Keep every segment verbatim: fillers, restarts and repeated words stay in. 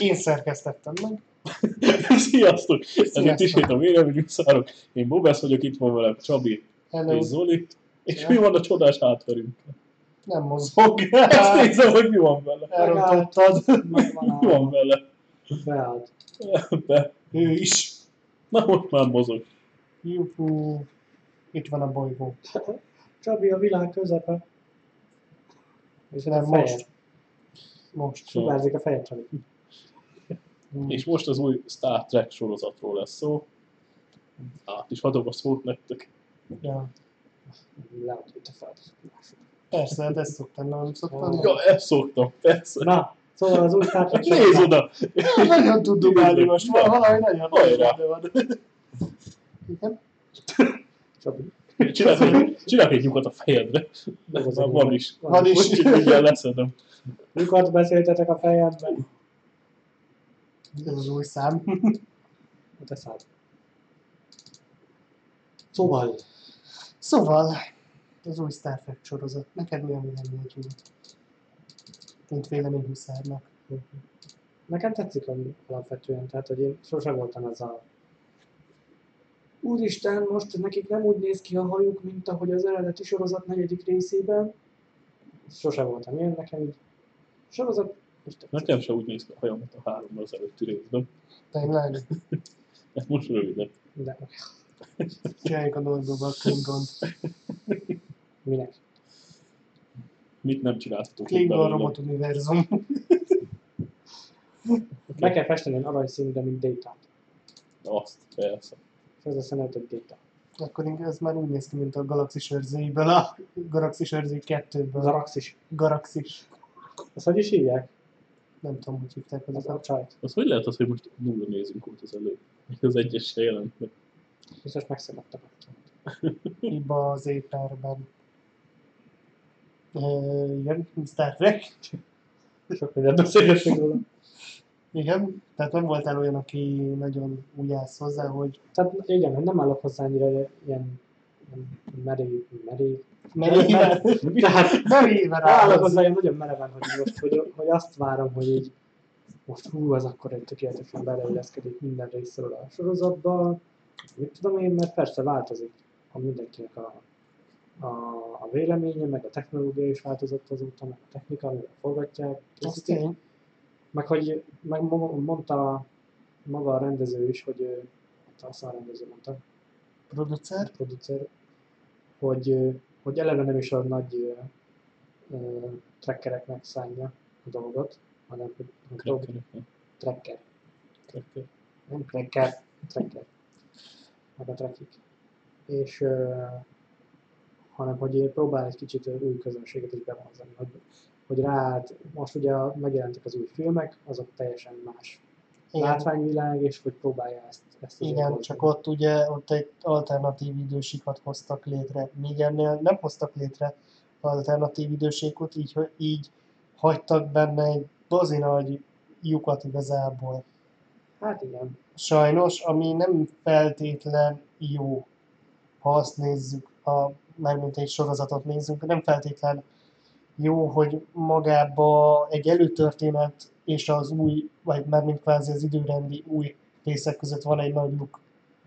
Én szerkesztettem meg. Sziasztok! Ez Sziasztok. itt ismét a véleményünk szárok. Én Bobesz vagyok, itt van velem Csabi Hello. és Zoli. És Ja. mi van a csodás hátverünk? Nem mozog. Azt nézem, hogy mi van vele. Elrontottad. Mi van vele? Beállt. De. Ő is. Na most már mozog. Juhú. Itt van a bolygó. Csabi a világ közepe. És Nem, a feje. most. Most. Sugárzik a feje, Csabi. És most az új Star Trek sorozatról lesz szó. Át is adom a szót nektek. Ja. Leadjuk a fel. Persze, de ezt szoktam, nem szoktam. Ja, ezt szoktam, persze. Na, szóval az új Star Trek Nézd sorozat. oda! Ja, nagyon tud dugálni most, Na. valahogy nagyon Hajrá. van. Igen? Csabi. Csinálj, csinálj egy lyukat a fejedre. Ez az Már enyém. van is. Van is. Most így mindjárt leszedem. Mikat beszéltetek a fejedben? Ez az új szám. A te szád. Szóval, Szóval, az új Star Trek sorozat. Neked mi a véleményed róla? Mint véleményhuszárnak. nekem tetszik alapvetően, tehát hogy én sosem voltam ez a Úristen, most nekik nem úgy néz ki a hajuk, mint ahogy az eredeti sorozat negyedik részében. Sosem voltam ilyen, nekem így sorozat most tetszik. Nekem sem úgy néz ki a hajam, mint a hárommal az előtti részben. Tényleg, Ez most röviden. De csináljuk a dolgokba a Klingont. minek? Mit nem csináltatok? Klingon belőle? robot univerzum. Be kell festeni egy aranyszínűre, mint Data. Azt, persze. És ez a szenet, hogy Data. Akkor inkább ez már úgy néz ki, mint a Galaxis őrzőiből, a Galaxis őrzői kettőből. Galaxis. Galaxis. Ezt hogy is hívják? Nem tudom, hogy hívták Az az a a csajt. Az hogy lehet az, hogy most nulla nézünk volt az előbb? Az egyes se jelent meg. Biztos megszemettem. hiba az éperben. Uh, igen, Star Trek. Sok mindent beszélgettünk róla. Igen, tehát nem voltál olyan, aki nagyon úgy állsz hozzá, hogy Tehát igen, hogy nem állok hozzá annyira ilyen, ilyen merév, merév. meréven, Tehát meréven állok állsz. hozzá ilyen nagyon mereven, hogy most, hogy, hogy azt várom, hogy így most hú, az akkor egy tökéletesen beleilleszkedik minden részről a sorozatba. Mit tudom én, mert persze változik a mindenkinek a, a, a véleménye, meg a technológia is változott azóta, meg a technika, amivel forgatják, Az készítik. tény. Meg hogy meg mo- mondta maga a rendező is, hogy ő- hát azt a rendező mondta, Producer. a producer, hogy, ö, hogy eleve nem is a nagy ö, ö, trekkereknek szánja a dolgot, hanem hogy hogy prób- Krekkenek, trekker, krekker. nem trekker, trekker, meg a trekik. És ö, hanem hogy próbál egy kicsit új közönséget is bevonzani, hogy, hogy rá, most ugye megjelentek az új filmek, azok teljesen más Igen. látványvilág, és hogy próbálja ezt, ezt az Igen, oldalt. csak ott ugye ott egy alternatív idősíkat hoztak létre. Míg ennél nem hoztak létre alternatív idősíkot, így, hogy így hagytak benne egy bazi nagy lyukat igazából. Hát igen. Sajnos, ami nem feltétlen jó, ha azt nézzük, a, mármint egy sorozatot nézzünk, nem feltétlen jó, hogy magába egy előtörténet és az új, vagy mármint kvázi az időrendi új részek között van egy nagy luk,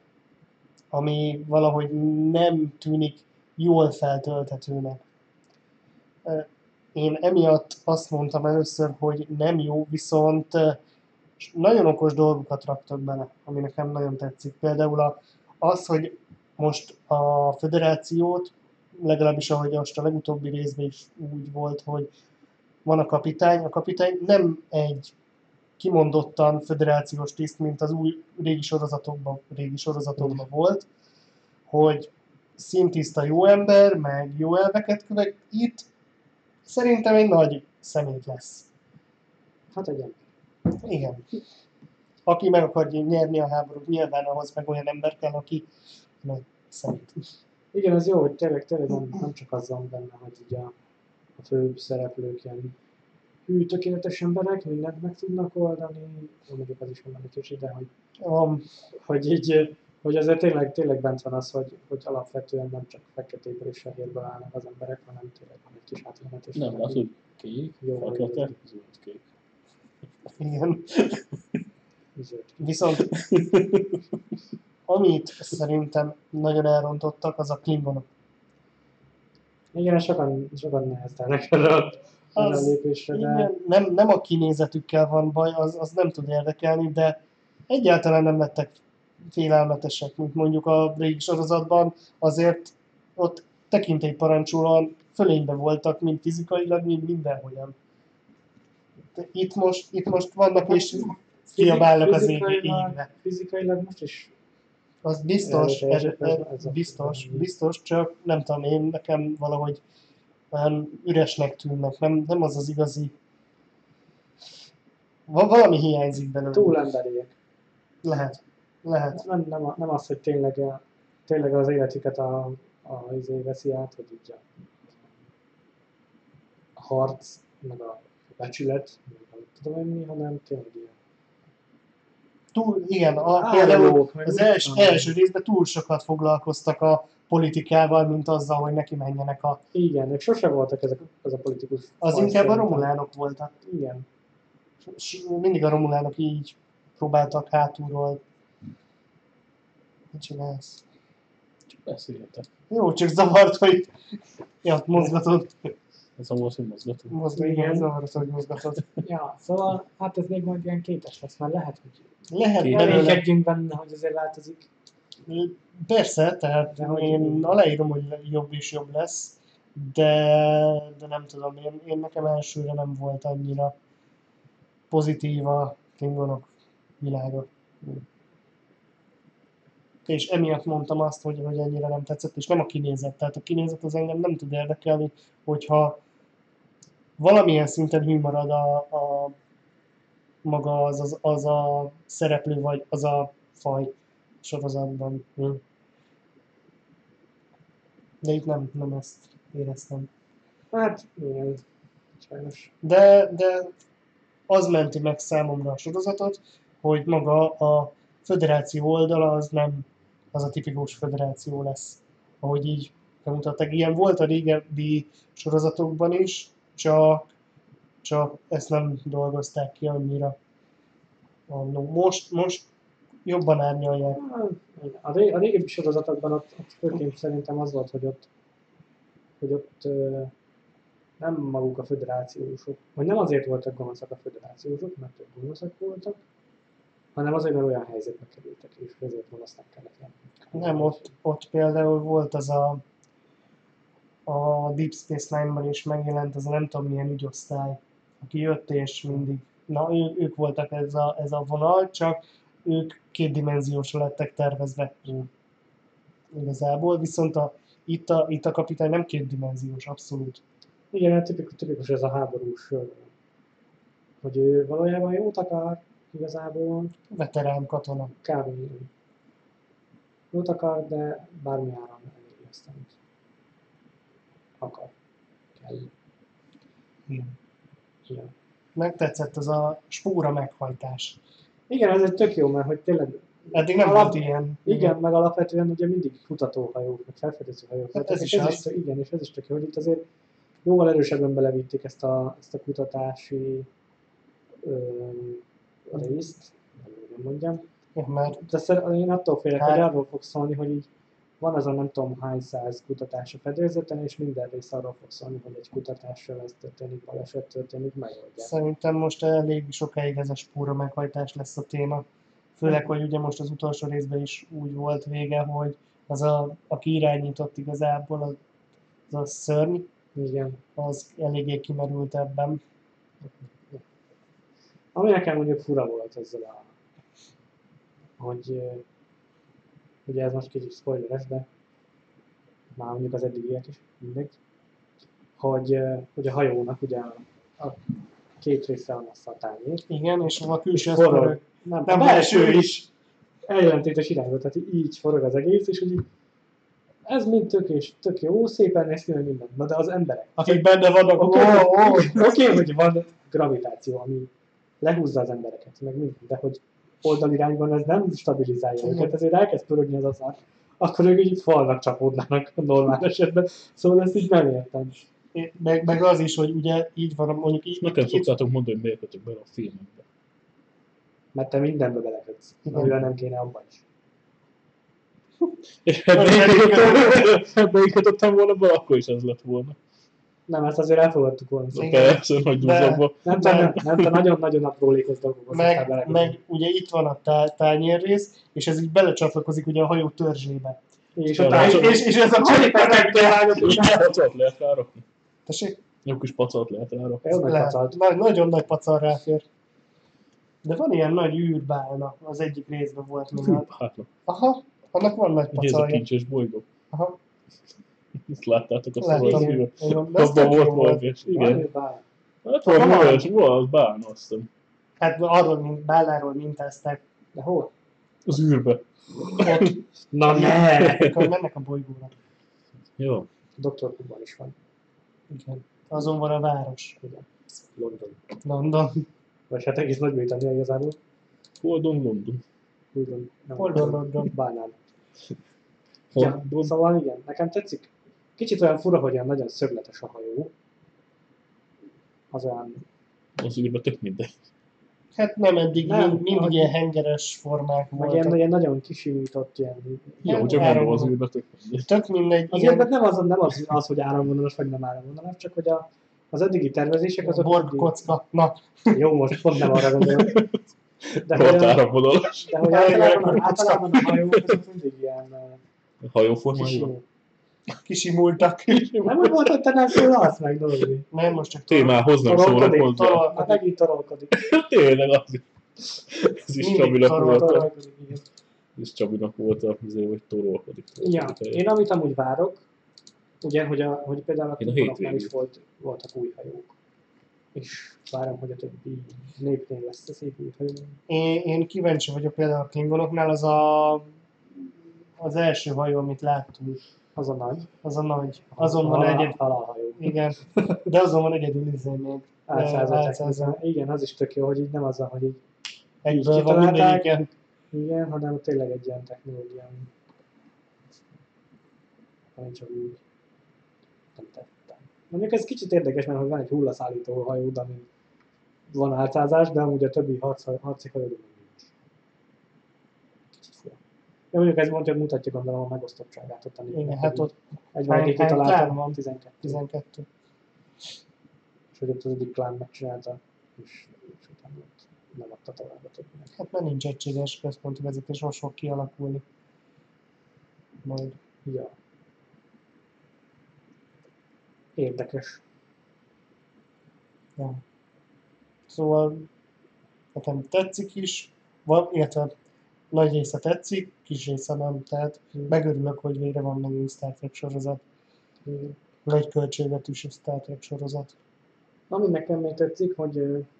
ami valahogy nem tűnik jól feltölthetőnek. Ö, Én emiatt azt mondtam először, hogy nem jó, viszont ö, nagyon okos dolgokat raktak bele, ami nekem nagyon tetszik. Például a- az, hogy most a föderációt, legalábbis ahogy most a legutóbbi részben is úgy volt, hogy van a kapitány, a kapitány nem egy kimondottan föderációs tiszt, mint az új régi sorozatokban, régi sorozatokban volt, hogy szintiszta jó ember, meg jó elveket követ. Itt szerintem egy nagy szemét lesz. Hát igen. Igen. Aki meg akarja nyerni a háborút, nyilván ahhoz meg olyan ember kell, aki nagy szemét. Igen, az jó, hogy tényleg, tényleg nem, nem csak az van benne, hogy így a, a fő szereplők ilyen hű, tökéletes emberek, mindent meg tudnak oldani, jó, mondjuk az is van benne kicsit, de hogy, Um, hogy így, hogy azért tényleg, tényleg bent van az, hogy, hogy alapvetően nem csak feketéből és fehérből állnak az emberek, hanem tényleg van egy kis átmenet. és Nem, valami az, hogy kék, jó, fekete, hogy- zöld kék. Igen. Zöld. Viszont amit szerintem nagyon elrontottak, az a klingonok. Igen, sokan, sokan neheztelnek erre a, erre a Az, lépésre, de igen, nem, nem a kinézetükkel van baj, az, az nem tud érdekelni, de egyáltalán nem lettek félelmetesek, mint mondjuk a régi sorozatban, azért ott tekintélyparancsolóan fölényben voltak, mind fizikailag, mind mindenhogyan. De Itt most, itt most vannak és kiabálnak az ég- fizikailag, égbe. fizikailag most is Az biztos, ez, Erőteljesek, ez, ez a- biztos, biztos, csak nem tudom én, nekem valahogy olyan üresnek tűnnek, nem, nem az az igazi. Va- valami hiányzik belőle. túl emberiek. Lehet, lehet. Nem, nem, a- nem az, hogy tényleg, a- tényleg az életüket a, a izé veszi át, hogy így a, a harc, meg a becsület, meg a tudom én mi, hanem tényleg ilyen. Túl, igen, a, Á, például jók, meg az mit els, tudom én. első részben túl sokat foglalkoztak a politikával, mint azzal, hogy neki menjenek a... Igen, ők sose voltak ezek az a politikus. Az faj inkább a szerintem. romulánok voltak. Igen. S- Mindig a romulánok így próbáltak hátulról. Mit csinálsz? Csak beszéljetek. Jó, csak zavart, hogy... Ja, mozgatod. Ez a volt, hogy mozgatunk. Mozgatod, igen, zavart, hogy mozgatod. Ja, szóval hát ez még majd ilyen kétes lesz, mert lehet, hogy Lehet belőle. reménykedjünk benne, hogy azért változik. Persze, tehát De hogy- én aláírom, hogy jobb és jobb lesz, de, de nem tudom, én, én nekem elsőre nem volt annyira pozitív a klingonok világa. És emiatt mondtam azt, hogy, hogy ennyire nem tetszett, és nem a kinézet. Tehát a kinézet az engem nem tud érdekelni, hogyha valamilyen szinten hű marad a, a maga az, az, az a szereplő, vagy az a faj sorozatban. Hm. De itt nem, nem ezt éreztem. Hát, igen, sajnos. De, de az menti meg számomra a sorozatot, hogy maga a föderáció oldala az nem az a tipikus föderáció lesz, ahogy így bemutatták. Ilyen volt a régebbi sorozatokban is, csak, csak ezt nem dolgozták ki annyira. Annó. Most, most jobban árnyalják. A, ré, a régebbi sorozatokban ott, ott főként szerintem az volt, hogy ott, hogy ott ö, nem maguk a föderációsok, vagy nem azért voltak gonoszak a föderációsok, mert ők gonoszak voltak, hanem azért, mert olyan helyzetbe kerültek, és ezért gonosznak kellett lenni. Nem, ott, ott például volt az a, a Deep Space Nine-ban is megjelent az a nem tudom milyen ügyosztály, aki jött és mindig, na ő, ők voltak ez a, ez a vonal, csak ők kétdimenziósra lettek tervezve igazából, viszont a, itt, a, itt a kapitány nem kétdimenziós, abszolút. Igen, hát tipikus, tipikus ez a háborús, ö, hogy ő valójában jót akar, igazából Veterán katona. kb. Jót akar, de bármi áron eléri azt, amit akar. Kell. Igen. Igen. Megtetszett az a spóra meghajtás. Igen, ez egy tök jó, mert hogy tényleg Eddig nem Alap- volt ilyen. igen, meg alapvetően ugye mindig kutatóhajók, meg felfedező hajók. Hát voltak, ez és is ez az. is, tök- igen, és ez is tök jó, hogy itt azért jóval erősebben belevitték ezt a, ezt a kutatási ö, részt, nem mondjam. Ja, mert De szer- én attól félek, Hát- hogy arról fog szólni, hogy így van az a nem tudom hány száz kutatás a fedélzeten, és minden rész arról fog szólni, hogy egy kutatással ez történik, baleset történik, megoldják. szerintem most elég sokáig ez a spóra meghajtás lesz a téma. Főleg, hogy ugye most az utolsó részben is úgy volt vége, hogy az, a, aki irányított igazából, az, az a szörny, Igen. az eléggé kimerült ebben. Ami nekem mondjuk fura volt ezzel a... hogy... ö, ugye ez most kicsit spoileres, de már mondjuk az eddigiek is, mindegy. Hogy, ö, hogy a hajónak ugye a, a két része van a tányér. Igen, és a külső az Forog. forog. Nem, Nem, a belső belső is ellentétes irányba, tehát így forog az egész, és hogy így, ez mind tök és tök jó, szépen néz ki meg minden. Na de az emberek. Akik benne vannak, Oké, ó, ó, okay, hogy van gravitáció, ami lehúzza az embereket, meg minden, de hogy oldalirányban ez nem stabilizálja Igen. őket, ezért elkezd pörögni az aszar, akkor ők így falnak csapódnának a normál esetben. Szóval ezt így nem értem. meg, meg az is, hogy ugye így van, mondjuk És így, nekem így, szoktátok mondani, hogy miért kötök bele a filmekbe. Mert te mindenbe belekötsz. Igen. Amivel nem kéne abban is. És ebbe kötöttem volna be, akkor is ez lett volna. Nem, ezt azért elfogadtuk volna. Igen. Persze, nagy De- dúzakba. Nem, te, Nem. nem, nem, te nagyon-nagyon aprólékos dolgokhoz szoktál Meg, belekötni. meg ugye itt van a tá- tányérrész, és ez így belecsatlakozik ugye a hajó törzsébe. És, Ja, a táj, csak- és, és ez a csiripekkel Jó kis pacalt lehet rárakni. Tessék? Jó kis pacalt lehet rárakni. Jó nagy Lehet. pacalt. Nagy, nagyon nagy pacal ráfér. De van ilyen nagy űrbálna, az egyik részben volt még. a- Hátnak. Aha, annak van nagy Ugye ez a pacalja. kincses bolygó. Aha, Ezt láttátok a láttam. szóval Igen, de ez Abban tök volt jó volt. valami, és igen. Van, bár. Hát valami Van. olyas, volt, bálna, azt hiszem. Hát arról, mint bálnáról mintázták. De hol? Az űrbe. Ott, Na ne! amikor mennek a bolygóra. Jó. doktor Who-ban is van. Igen. Azon van a város. Igen. London. London. Vagy hát egész Nagy-Britannia igazából. Holdon, London. London. Nem London, London. Bánál. Ja, Holdon. szóval igen, nekem tetszik. Kicsit olyan fura, hogy olyan nagyon szögletes a hajó. Az olyan... Az űrbe tök mindegy. Hát nem eddig, Nem, mind, mindig ahogy- ilyen hengeres formák Meg ilyen, voltak. ilyen nagyon kisimított ilyen... Jó, csak áram mondom, az van. űrbe tök mindegy. Tök mindegy, Azért ilyen nem az, nem az, az hogy áramvonalas, vagy nem áramvonalas, csak hogy a, az eddigi tervezések azok... borg mindig- kocka. Na, Jó, most pont nem arra gondolok. De hogy, Volt a, áramvonalas. de hogy Jaj, általában, jaj, általában a hajók azok mindig ilyen uh, Hajóformájú. kisimult. kisimultak. Nem úgy volt, hogy te nem szólalsz meg dolgozni. Nem, most csak Témához nem szólnak Torolkodik, hozzá. torol- Hát megint torolkodik. Tényleg az. Ez is Mindig Csabinak torol- volt. a- Torolkodik, igen. Ez is Csabinak volt a azért, hogy torolkodik. Ja, én amit amúgy várok, ugye, hogy, a, hogy például a Én a Klingonoknál is hétvégét. volt, voltak új hajók. És várom, hogy a többi népnél lesz a szép új hajó. Én, én kíváncsi vagyok például a Klingonoknál, az a, az első hajó, amit láttunk. Az a nagy. Az a nagy. Azon van Halál- egyedül. halálhajó. Igen. De azon van egyedül izé még. Álcázatják Álcázat. hozzá. Igen, az is tök jó, hogy így nem azzal, hogy így Egyből van kitalálták. mindegyiken. igen, hanem tényleg egy ilyen technológia, ami ami csak úgy nem tettem. Mondjuk ez kicsit érdekes, mert hogy van egy hullaszállító hajó, ami van álcázás, de amúgy a többi harc, harci hajóban nincs. Kicsit fura. Ja, mondjuk ez mondja, mutatja gondolom a megosztottságát ott a népnek, Igen, hogy hát ott egy valaki hány- hány klán kitalálta, van? tizenkettő. tizenkettő. És hogy ott az egyik klán megcsinálta, és, és utána ott nem adta tovább a többinek. Hát mert nincs egységes központi vezetés, most fog kialakulni. Majd. Ja. Érdekes. Ja. Szóval nekem tetszik is, van, illetve nagy része tetszik, kis része nem, tehát megörülök, hogy végre van megint Star Trek sorozat. Nagy költségvetésű Star Trek sorozat. Ami nekem még tetszik, hogy ö, oké,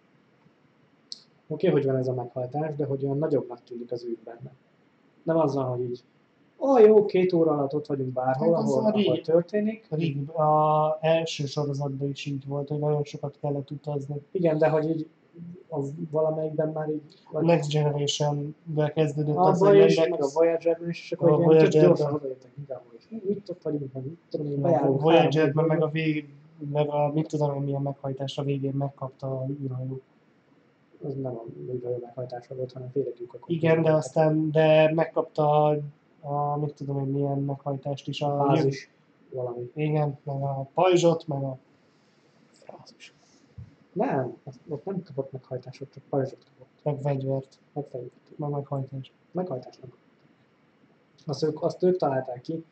okay, hogy van ez a meghajtás, de hogy olyan nagyobbnak tűnik az űr benne. Nem azzal, hogy így, ó, oh, jó, két óra alatt ott vagyunk bárhol, Hát az ahol, a régi- ahol történik. A régi, a első sorozatban is így volt, hogy nagyon sokat kellett utazni. Igen, de hogy így az valamelyikben már így... A Next Generation-ből kezdődött az, abban hogy is, mennek, meg a Voyager-ben is, és akkor A egy ilyen tök Voyager-ben. gyorsan odaértek mindenhol, és hú, itt ott vagyunk, meg mit tudom én, a bejárunk. Voyager-ben meg három a vég, meg a mit tudom én milyen meghajtásra végén megkapta a űrhajó. Az nem a művő meghajtása volt, hanem féreglyukak. Igen, de aztán de megkapta a, a mit tudom én milyen meghajtást is. A, A ház is valami. Igen, meg a pajzsot, meg a Frázis. Nem, azt, ott nem kapott meghajtásot, csak pajzsot kapott. meg fegyvert, Megfejlődött. meg meghajtást. Meghajtás nem kapott. Azt ők, azt ők találták ki.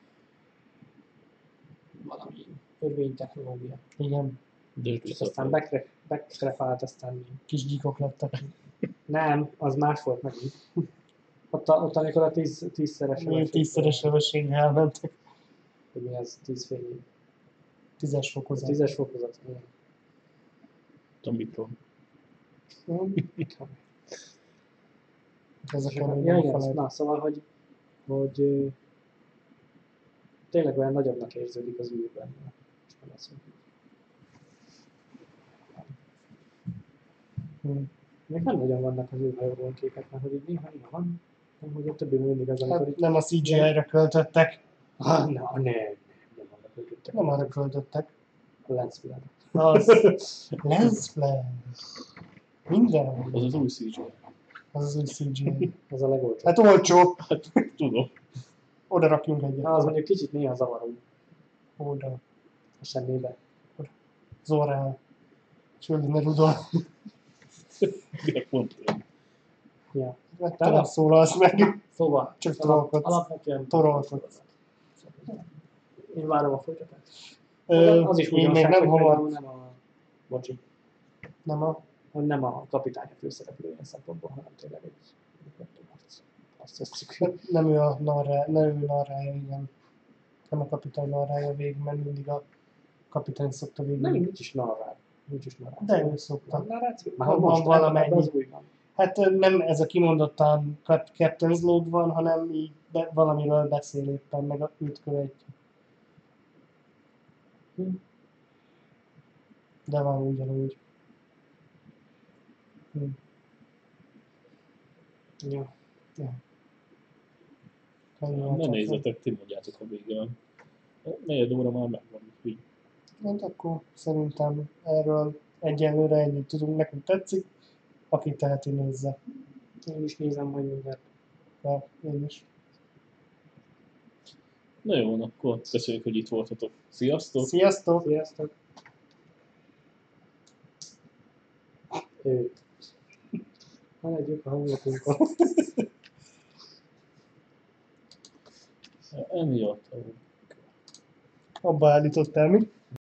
Valami örvénytechnológia. Igen, De És aztán bekre, bekrefált, aztán mi. kis gyíkok lettek. Nem, az más volt megint. Ott, a, ott amikor a tíz, tízszeres Még tízszeres sebességgel elmentek. Hogy mi az tíz fény. Tízes A fokozat. tízes fokozat. Igen. A mikron. Ez a kemény Ja, igen, megfelel. na szóval, hogy, hogy ö, tényleg olyan nagyobbnak érződik az űrben. És nem az, hogy Hm. még nem nagyon vannak az űrhajóról képek, mert hogy így néha néha van, nem, hogy a többi mindig az, amikor Hát így... nem a cé gé í-re költöttek, Ah, na, nem, nem, nem arra költöttek. nem arra költöttek. A lens flare. Az lens flare. Minden. Az az új cé gé í. Az az új cé gé i. Az a legolcsóbb. Hát olcsó. Hát tudom. Oda rakjunk egyet. Na, az mondjuk kicsit néha zavaró. Oda. A semmibe. Zorán. Csöldi ne Rudolf. Miért pont én? Ja. Te nem szólalsz meg. Szóval, Csak alap, trollkodsz. alapvetően Torolkodsz. Én várom a folytatást. Ö, Az is én még újdonság, nem hogy hamar. például nem a... Bocsi. Nem a... Hogy nem a kapitány a főszereplő ilyen szempontból, hanem tényleg egy arc. Azt tesszük. Hát nem ő a narrá, nem ő narrája, igen. Nem a kapitány narrája végig, mert mindig a kapitány szokta végig. Nem, nincs is narrál. Nincs is narráció. De ő szokta. Van narráció? Már Van most valamennyi. ebben az új van. Hát ö, nem ez a kimondottan Cap- Captain's Load van, hanem így be, valamiről beszél éppen, meg a- őt követjük. Hm. De van ugyanúgy. Hm. Ja. Ja. Ennyi Ne volt. nézzetek, ti mondjátok a végén. A negyed óra már megvan, úgyhogy Hát akkor szerintem erről egyelőre ennyit tudunk, nekünk tetszik. Aki teheti, nézze. Én is nézem majd mindent. Ja, én is. na jó, akkor köszönjük, hogy itt voltatok. Sziasztok! Sziasztok! Sziasztok! Ő. Haladjuk a hangulatunkat. Emiatt. Abba állítottál mi?